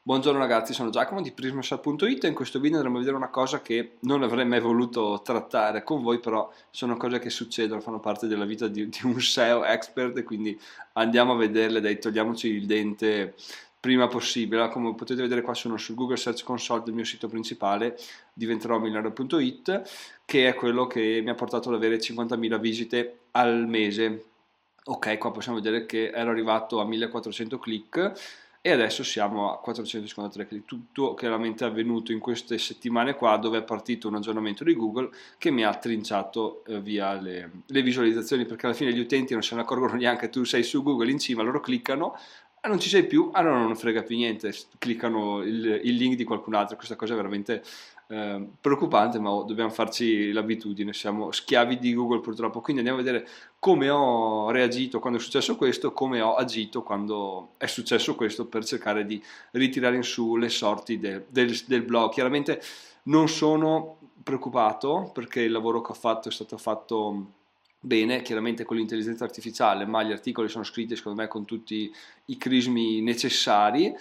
Buongiorno ragazzi, sono Giacomo di Prismasar.it e in questo video andremo a vedere una cosa che non avrei mai voluto trattare con voi, però sono cose che succedono, fanno parte della vita di un SEO expert e quindi andiamo a vederle, dai, togliamoci il dente prima possibile. Allora, come potete vedere qua sono sul Google Search Console del mio sito principale, diventerò milionario.it, che è quello che mi ha portato ad avere 50.000 visite al mese. Ok, qua possiamo vedere che ero arrivato a 1400 click e adesso siamo a 453 click, tutto chiaramente avvenuto in queste settimane qua dove è partito un aggiornamento di Google che mi ha trinciato via le visualizzazioni, perché alla fine gli utenti non se ne accorgono neanche, tu sei su Google in cima, loro cliccano, non ci sei più, allora non frega più niente, cliccano il link di qualcun altro. Questa cosa è veramente preoccupante, ma dobbiamo farci l'abitudine, siamo schiavi di Google purtroppo. Quindi andiamo a vedere come ho reagito quando è successo questo, come ho agito quando è successo questo, per cercare di ritirare in su le sorti del blog. Chiaramente non sono preoccupato perché il lavoro che ho fatto è stato fatto bene, chiaramente con l'intelligenza artificiale, ma gli articoli sono scritti secondo me con tutti i crismi necessari.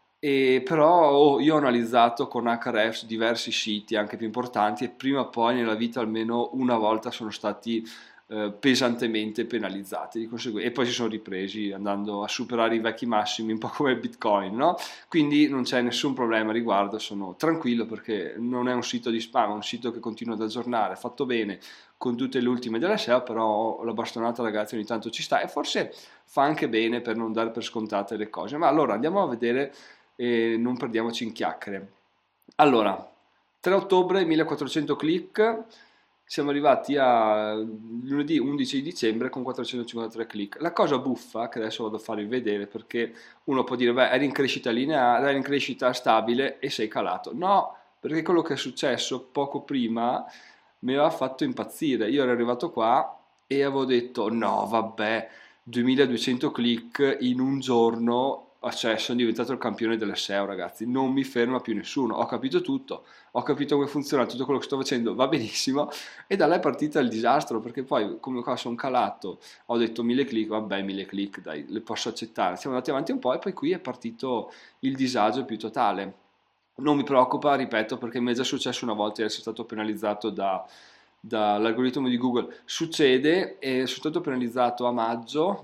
E però io ho analizzato con Ahrefs diversi siti anche più importanti e prima o poi nella vita almeno una volta sono stati pesantemente penalizzati e poi si sono ripresi andando a superare i vecchi massimi, un po' come Bitcoin, no? Quindi non c'è nessun problema a riguardo, sono tranquillo perché non è un sito di spam, è un sito che continua ad aggiornare, fatto bene con tutte le ultime della SEO, però la bastonata ragazzi ogni tanto ci sta e forse fa anche bene per non dare per scontate le cose. Ma allora andiamo a vedere e non perdiamoci in chiacchiere. Allora, 3 ottobre, 1400 click, siamo arrivati a lunedì 11 dicembre con 453 click. La cosa buffa, che adesso vado a farvi vedere, perché uno può dire, beh, eri in crescita lineare, eri in crescita stabile e sei calato. No, perché quello che è successo poco prima mi aveva fatto impazzire. Io ero arrivato qua e avevo detto, no, vabbè, 2200 click in un giorno, cioè sono diventato il campione delle SEO ragazzi, non mi ferma più nessuno, ho capito tutto, ho capito come funziona, tutto quello che sto facendo va benissimo e da là è partita il disastro, perché poi come qua sono calato, ho detto 1000 click, vabbè 1000 click dai, le posso accettare, siamo andati avanti un po' e poi qui è partito il disagio più totale. Non mi preoccupa, ripeto, perché mi è già successo una volta di essere stato penalizzato dall'algoritmo di Google. Succede, e sono stato penalizzato a maggio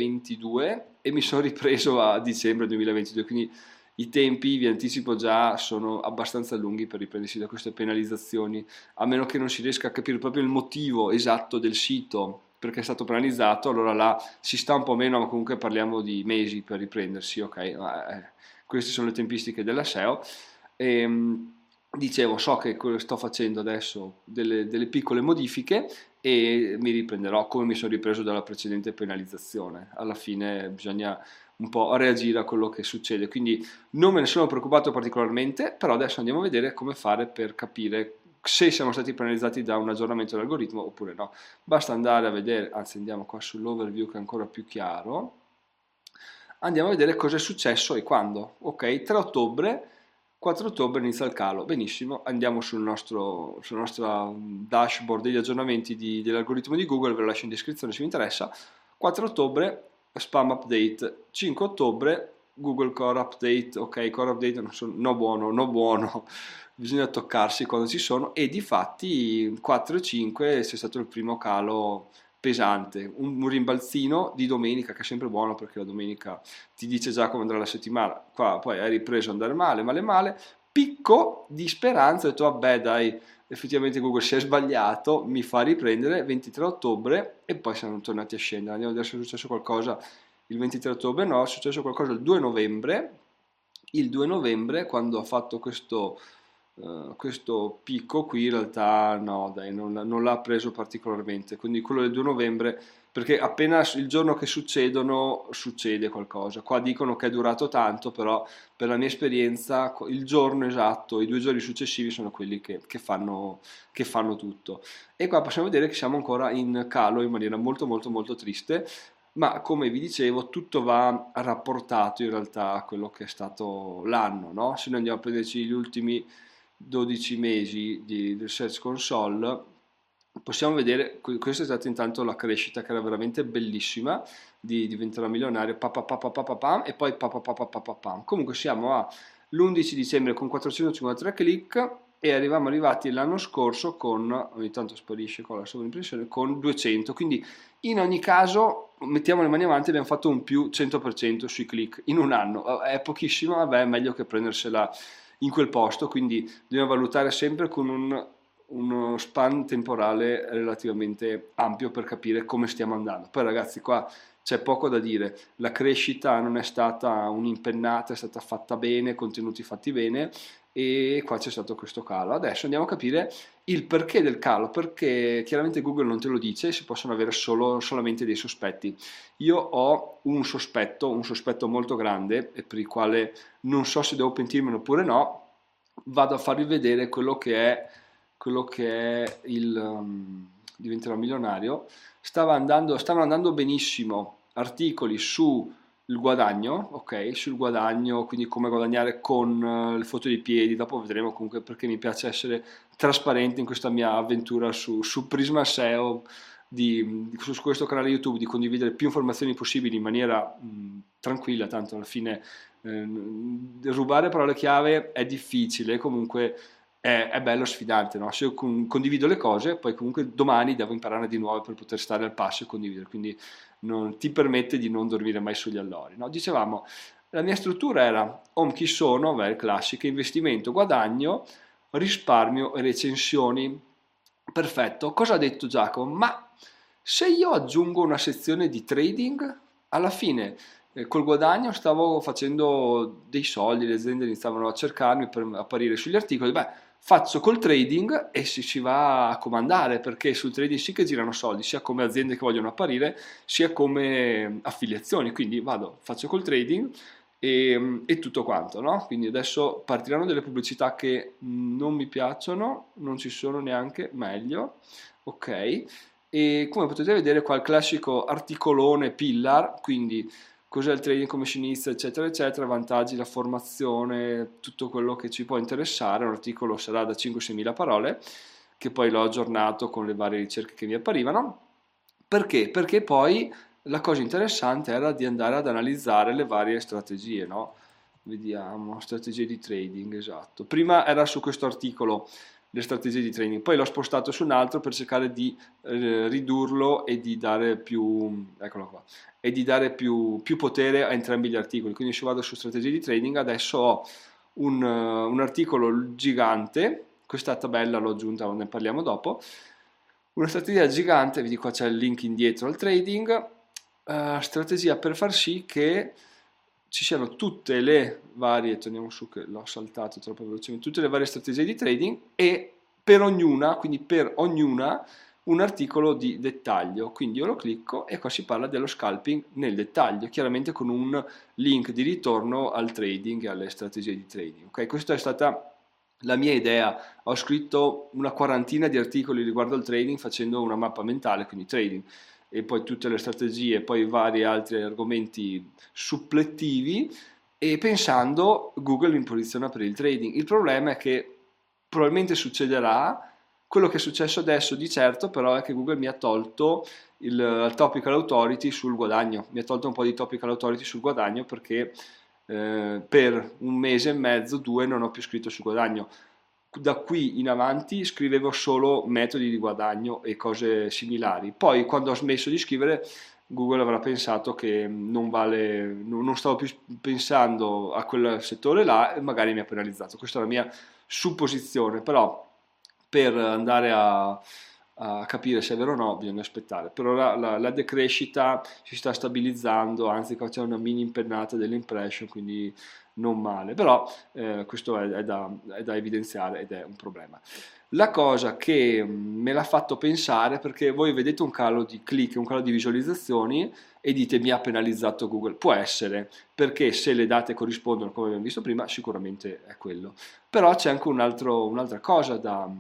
2022 e mi sono ripreso a dicembre 2022, quindi i tempi, vi anticipo già, sono abbastanza lunghi per riprendersi da queste penalizzazioni, a meno che non si riesca a capire proprio il motivo esatto del sito perché è stato penalizzato, allora là si sta un po' meno, ma comunque parliamo di mesi per riprendersi, ok? Queste sono le tempistiche della SEO. E, dicevo, so che sto facendo adesso delle piccole modifiche e mi riprenderò come mi sono ripreso dalla precedente penalizzazione. Alla fine bisogna un po' reagire a quello che succede, quindi non me ne sono preoccupato particolarmente, però adesso andiamo a vedere come fare per capire se siamo stati penalizzati da un aggiornamento dell'algoritmo oppure no. Basta andare a vedere, anzi andiamo qua sull'overview che è ancora più chiaro, andiamo a vedere cosa è successo e quando. Ok, 3 ottobre, 4 ottobre inizia il calo, benissimo, andiamo sul nostro dashboard degli aggiornamenti dell'algoritmo di Google, ve lo lascio in descrizione se vi interessa. 4 ottobre, spam update, 5 ottobre, Google Core Update, ok, Core Update non sono, no buono, no buono, bisogna toccarsi quando ci sono e di fatti 4 e 5 c'è stato il primo calo pesante, un rimbalzino di domenica che è sempre buono perché la domenica ti dice già come andrà la settimana, qua poi hai ripreso ad andare male, male, male, picco di speranza, ho detto vabbè dai, effettivamente Google si è sbagliato, mi fa riprendere 23 ottobre e poi siamo tornati a scendere, andiamo a vedere se è successo qualcosa il 23 ottobre, no, è successo qualcosa il 2 novembre quando ho fatto questo picco qui in realtà no, dai, non l'ha preso particolarmente, quindi quello del 2 novembre, perché appena il giorno che succedono succede qualcosa, qua dicono che è durato tanto, però per la mia esperienza il giorno esatto, i 2 giorni successivi sono quelli che fanno tutto. E qua possiamo vedere che siamo ancora in calo in maniera molto molto molto triste, ma come vi dicevo tutto va rapportato in realtà a quello che è stato l'anno, no? Se noi andiamo a prenderci gli ultimi 12 mesi del Search Console, possiamo vedere, questa è stata intanto la crescita che era veramente bellissima, di diventare milionario, pa, pa, pa, pa, pa, pa, pam, e poi pa, pa, pa, pa, pa, pa, pam. Comunque siamo a l'11 dicembre con 453 click e eravamo arrivati l'anno scorso con, ogni tanto sparisce con la sovraimpressione, con 200, quindi in ogni caso mettiamo le mani avanti, abbiamo fatto un più 100% sui click in un anno, è pochissimo, vabbè è meglio che prendersela in quel posto, quindi dobbiamo valutare sempre con uno span temporale relativamente ampio per capire come stiamo andando. Poi ragazzi qua c'è poco da dire, la crescita non è stata un'impennata, è stata fatta bene, contenuti fatti bene e qua c'è stato questo calo. Adesso andiamo a capire il perché del calo, perché chiaramente Google non te lo dice, si possono avere solamente dei sospetti. Io ho un sospetto molto grande e per il quale non so se devo pentirmene oppure no, vado a farvi vedere quello che è diventerò milionario. Stavano andando benissimo articoli sul guadagno, ok, sul guadagno, quindi come guadagnare con le foto dei piedi, dopo vedremo comunque perché mi piace essere trasparente in questa mia avventura su Prisma SEO, su questo canale YouTube, di condividere più informazioni possibili in maniera tranquilla, tanto alla fine rubare parole chiave è difficile, comunque è bello sfidante, no? Se io condivido le cose, poi comunque domani devo imparare di nuovo per poter stare al passo e condividere, quindi non ti permette di non dormire mai sugli allori, no? Dicevamo, la mia struttura era home chi sono, beh, classica, investimento, guadagno, risparmio e recensioni. Perfetto, cosa ha detto Giacomo? Ma se io aggiungo una sezione di trading, alla fine col guadagno stavo facendo dei soldi, le aziende iniziavano a cercarmi per apparire sugli articoli, beh, faccio col trading e si va a comandare, perché sul trading sì che girano soldi, sia come aziende che vogliono apparire, sia come affiliazioni, quindi vado, faccio col trading e tutto quanto, no? Quindi adesso partiranno delle pubblicità che non mi piacciono, non ci sono neanche, meglio, ok? E come potete vedere qua il classico articolone pillar, quindi cos'è il trading, come si inizia, eccetera, eccetera, vantaggi, la formazione, tutto quello che ci può interessare. Un articolo sarà da 5-6 mila parole, che poi l'ho aggiornato con le varie ricerche che mi apparivano. Perché? Perché poi la cosa interessante era di andare ad analizzare le varie strategie, no? Vediamo, strategie di trading, esatto. Prima era su questo articolo le strategie di trading, poi l'ho spostato su un altro per cercare di ridurlo e di dare più, eccolo qua, e di dare più potere a entrambi gli articoli. Quindi se vado su strategie di trading, adesso ho un articolo gigante, questa tabella l'ho aggiunta, ne parliamo dopo, una strategia gigante, vedi qua c'è il link indietro al trading, strategia per far sì che ci siano tutte le varie, torniamo su che l'ho saltato troppo velocemente, tutte le varie strategie di trading e per ognuna, quindi per ognuna un articolo di dettaglio, quindi io lo clicco e qua si parla dello scalping nel dettaglio, chiaramente con un link di ritorno al trading e alle strategie di trading. Ok, questa è stata la mia idea. Ho scritto una quarantina di articoli riguardo al trading facendo una mappa mentale, quindi trading e poi tutte le strategie, poi vari altri argomenti supplettivi e pensando Google mi posiziona per il trading. Il problema è che probabilmente succederà quello che è successo adesso di certo, però è che Google mi ha tolto il topical authority sul guadagno, mi ha tolto un po' di topical authority sul guadagno perché per un mese e mezzo, 2 non ho più scritto sul guadagno. Da qui in avanti scrivevo solo metodi di guadagno e cose similari. Poi quando ho smesso di scrivere Google avrà pensato che non stavo più pensando a quel settore là e magari mi ha penalizzato. Questa è la mia supposizione, però per andare a capire se è vero o no bisogna aspettare. Per ora la decrescita si sta stabilizzando, anzi qua c'è una mini impennata dell'impression, quindi non male, però questo è da evidenziare ed è un problema. La cosa che me l'ha fatto pensare, perché voi vedete un calo di click, un calo di visualizzazioni e dite mi ha penalizzato Google, può essere, perché se le date corrispondono come abbiamo visto prima, sicuramente è quello. Però c'è anche un'altra cosa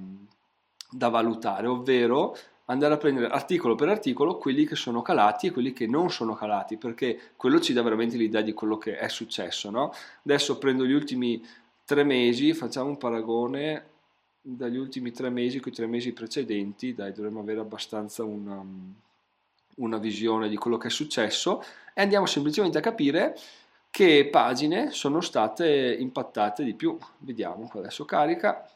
da valutare, ovvero andare a prendere articolo per articolo quelli che sono calati e quelli che non sono calati, perché quello ci dà veramente l'idea di quello che è successo, no? Adesso prendo gli ultimi 3 mesi, facciamo un paragone dagli ultimi 3 mesi con i 3 mesi precedenti, dai, dovremmo avere abbastanza una visione di quello che è successo e andiamo semplicemente a capire che pagine sono state impattate di più. Vediamo, adesso carica.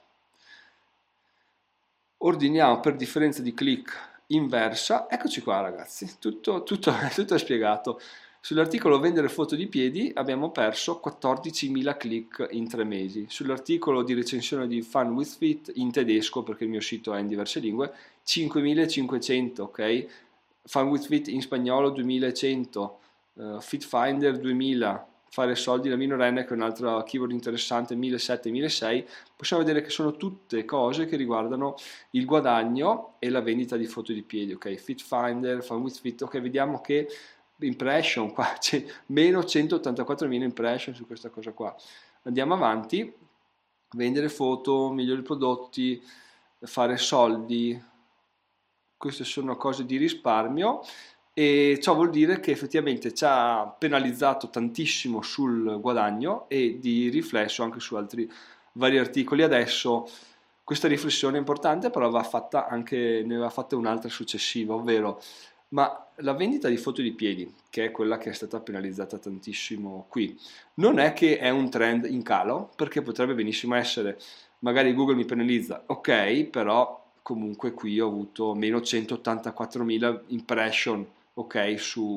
Ordiniamo per differenza di click inversa. Eccoci qua ragazzi, tutto è spiegato. Sull'articolo vendere foto di piedi abbiamo perso 14.000 click in 3 mesi. Sull'articolo di recensione di Fun with Fit in tedesco, perché il mio sito è in diverse lingue, 5.500, ok? Fun with Fit in spagnolo 2.100, Fit Finder 2.000, fare soldi la minorenne, che è un'altra keyword interessante, 1.700-1.600. Possiamo vedere che sono tutte cose che riguardano il guadagno e la vendita di foto di piedi, ok? Fit Finder, Fun with Fit, ok, vediamo che impression qua c'è meno 184.000 impression su questa cosa qua. Andiamo avanti, vendere foto, migliori prodotti, fare soldi, queste sono cose di risparmio, e ciò vuol dire che effettivamente ci ha penalizzato tantissimo sul guadagno e di riflesso anche su altri vari articoli. Adesso questa riflessione è importante, però va fatta anche, ne va fatta un'altra successiva, ovvero: ma la vendita di foto di piedi, che è quella che è stata penalizzata tantissimo qui, non è che è un trend in calo, perché potrebbe benissimo essere, magari Google mi penalizza, ok, però comunque qui ho avuto meno 184.000 impression, ok,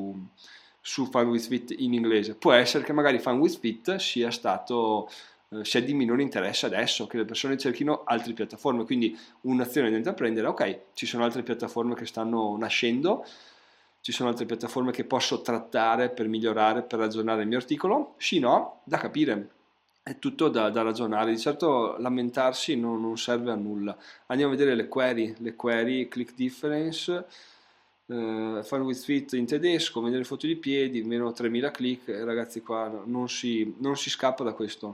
su Fun with Fit in inglese. Può essere che magari Fun with Fit sia di minore interesse adesso, che le persone cerchino altre piattaforme, quindi un'azione da intraprendere: ok, ci sono altre piattaforme che stanno nascendo, ci sono altre piattaforme che posso trattare per migliorare, per ragionare il mio articolo, sì, no, da capire, è tutto da ragionare. Di certo lamentarsi non serve a nulla. Andiamo a vedere le query, click difference, Fun with Fit in tedesco, vedere foto di piedi, meno 3.000 click, ragazzi qua non si scappa da questo,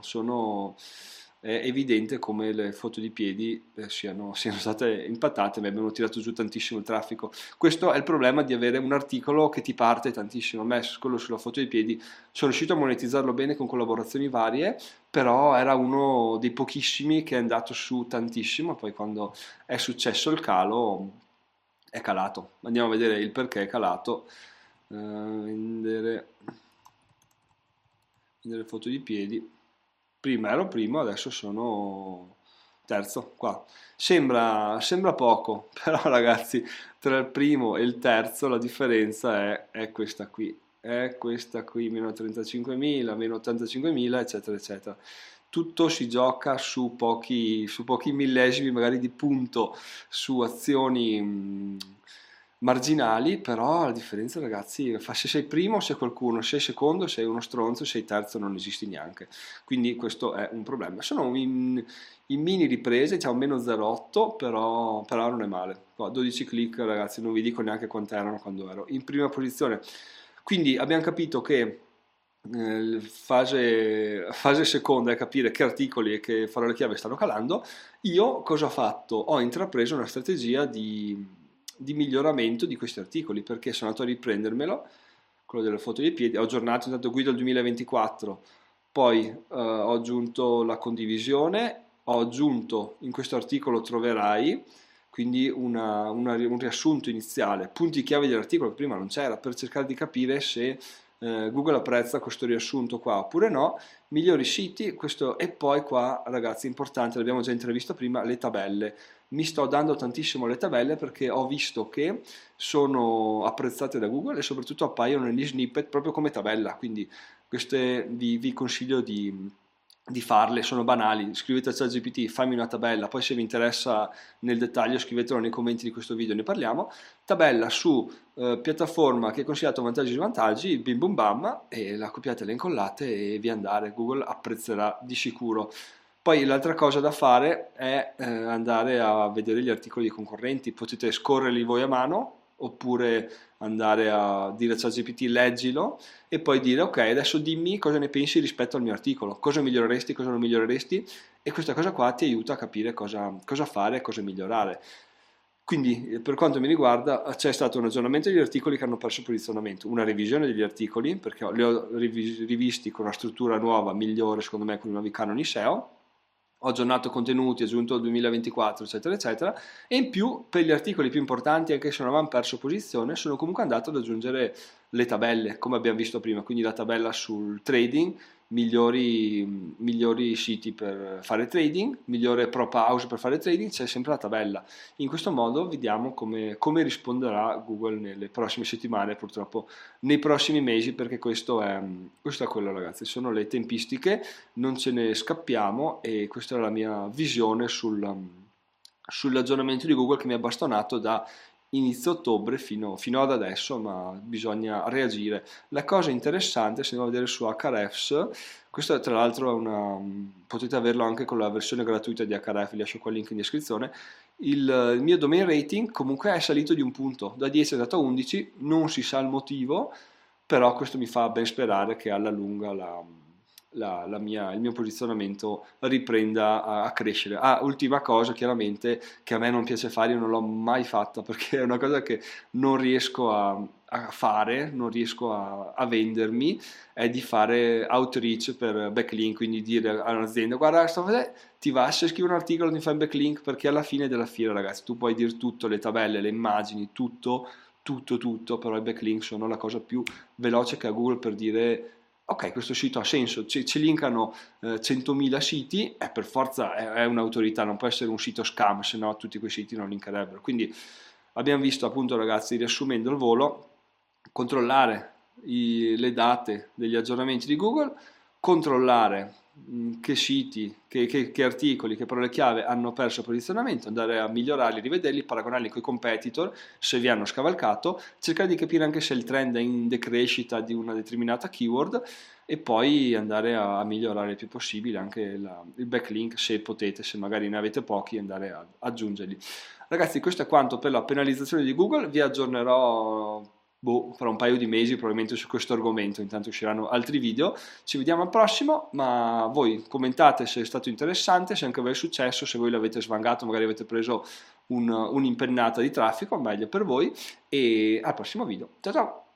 è evidente come le foto di piedi siano state impattate, ma abbiamo tirato giù tantissimo il traffico. Questo è il problema di avere un articolo che ti parte tantissimo. A me quello sulla foto di piedi sono riuscito a monetizzarlo bene con collaborazioni varie, però era uno dei pochissimi che è andato su tantissimo. Poi quando è successo il calo è calato. Andiamo a vedere il perché è calato. Vendere foto di piedi. Prima ero primo, adesso sono terzo qua. Sembra poco, però ragazzi, tra il primo e il terzo la differenza è questa qui. È questa qui, meno 35.000, meno 85.000, eccetera, eccetera. Tutto si gioca su pochi millesimi magari di punto, su azioni marginali, però la differenza, ragazzi, se sei primo sei qualcuno, sei secondo sei uno stronzo, sei terzo non esisti neanche. Quindi questo è un problema. Sono in mini riprese, diciamo meno 0,8, però non è male. Qua 12 click, ragazzi, non vi dico neanche quant'erano quando ero in prima posizione. Quindi abbiamo capito che fase seconda è capire che articoli e che parole chiave stanno calando. Io cosa ho fatto? Ho intrapreso una strategia di miglioramento di questi articoli, perché sono andato a riprendermelo, quello delle foto dei piedi, ho aggiornato intanto Guido al 2024, poi ho aggiunto la condivisione, ho aggiunto in questo articolo troverai, quindi un riassunto iniziale, punti chiave dell'articolo che prima non c'era, per cercare di capire se Google apprezza questo riassunto qua oppure no. Migliori siti, questo, e poi qua, ragazzi, importante, l'abbiamo già intravisto prima, le tabelle. Mi sto dando tantissimo alle tabelle perché ho visto che sono apprezzate da Google e soprattutto appaiono negli snippet proprio come tabella, quindi queste vi consiglio di farle, sono banali. Scrivete a ChatGPT, fammi una tabella, poi se vi interessa nel dettaglio scrivetelo nei commenti di questo video, ne parliamo. Tabella su piattaforma che è consigliato vantaggi e svantaggi, bim bum bam, e la copiate, la incollate e via andare, Google apprezzerà di sicuro. Poi l'altra cosa da fare è andare a vedere gli articoli dei concorrenti, potete scorrerli voi a mano oppure andare a dire a ChatGPT leggilo e poi dire ok, adesso dimmi cosa ne pensi rispetto al mio articolo, cosa miglioreresti, cosa non miglioreresti, e questa cosa qua ti aiuta a capire cosa fare e cosa migliorare. Quindi per quanto mi riguarda c'è stato un aggiornamento degli articoli che hanno perso posizionamento, una revisione degli articoli perché li ho rivisti con una struttura nuova, migliore secondo me, con i nuovi canoni SEO, ho aggiornato contenuti, aggiunto il 2024, eccetera, eccetera, e in più per gli articoli più importanti, anche se non avevano perso posizione, sono comunque andato ad aggiungere le tabelle, come abbiamo visto prima, quindi la tabella sul trading, migliori siti per fare trading, migliore prop house per fare trading, c'è sempre la tabella. In questo modo vediamo come risponderà Google nelle prossime settimane, purtroppo nei prossimi mesi, perché questo è quello, ragazzi, sono le tempistiche, non ce ne scappiamo, e questa è la mia visione sull'aggiornamento di Google, che mi ha bastonato da inizio ottobre fino ad adesso, ma bisogna reagire. La cosa interessante, se andiamo a vedere su Ahrefs, questo tra l'altro potete averlo anche con la versione gratuita di Ahrefs, vi lascio qua il link in descrizione. Il mio domain rating comunque è salito di un punto, da 10 è andato a 11, non si sa il motivo, però questo mi fa ben sperare che alla lunga il mio posizionamento riprenda a crescere. Ultima cosa, chiaramente, che a me non piace fare, io non l'ho mai fatta perché è una cosa che non riesco a fare, non riesco a vendermi, è di fare outreach per backlink, quindi dire a un'azienda: guarda, ti va se scrivi un articolo, ti fai un backlink, perché alla fine della fiera, ragazzi, tu puoi dire tutto, le tabelle, le immagini, tutto, però i backlink sono la cosa più veloce che ha Google per dire: ok, questo sito ha senso, ci linkano 100.000 siti, per forza è un'autorità, non può essere un sito scam, se no tutti quei siti non linkerebbero. Quindi abbiamo visto, appunto, ragazzi, riassumendo il volo, controllare le date degli aggiornamenti di Google, controllare che siti, che articoli, che parole chiave hanno perso posizionamento, andare a migliorarli, rivederli, paragonarli con i competitor se vi hanno scavalcato, cercare di capire anche se il trend è in decrescita di una determinata keyword, e poi andare a migliorare il più possibile anche il backlink, se potete, se magari ne avete pochi, andare ad aggiungerli. Ragazzi, questo è quanto per la penalizzazione di Google, vi aggiornerò fra un paio di mesi probabilmente su questo argomento, intanto usciranno altri video. Ci vediamo al prossimo, ma voi commentate se è stato interessante, se anche a voi è successo, se voi l'avete svangato, magari avete preso un'impennata di traffico, meglio per voi, e al prossimo video. Ciao ciao!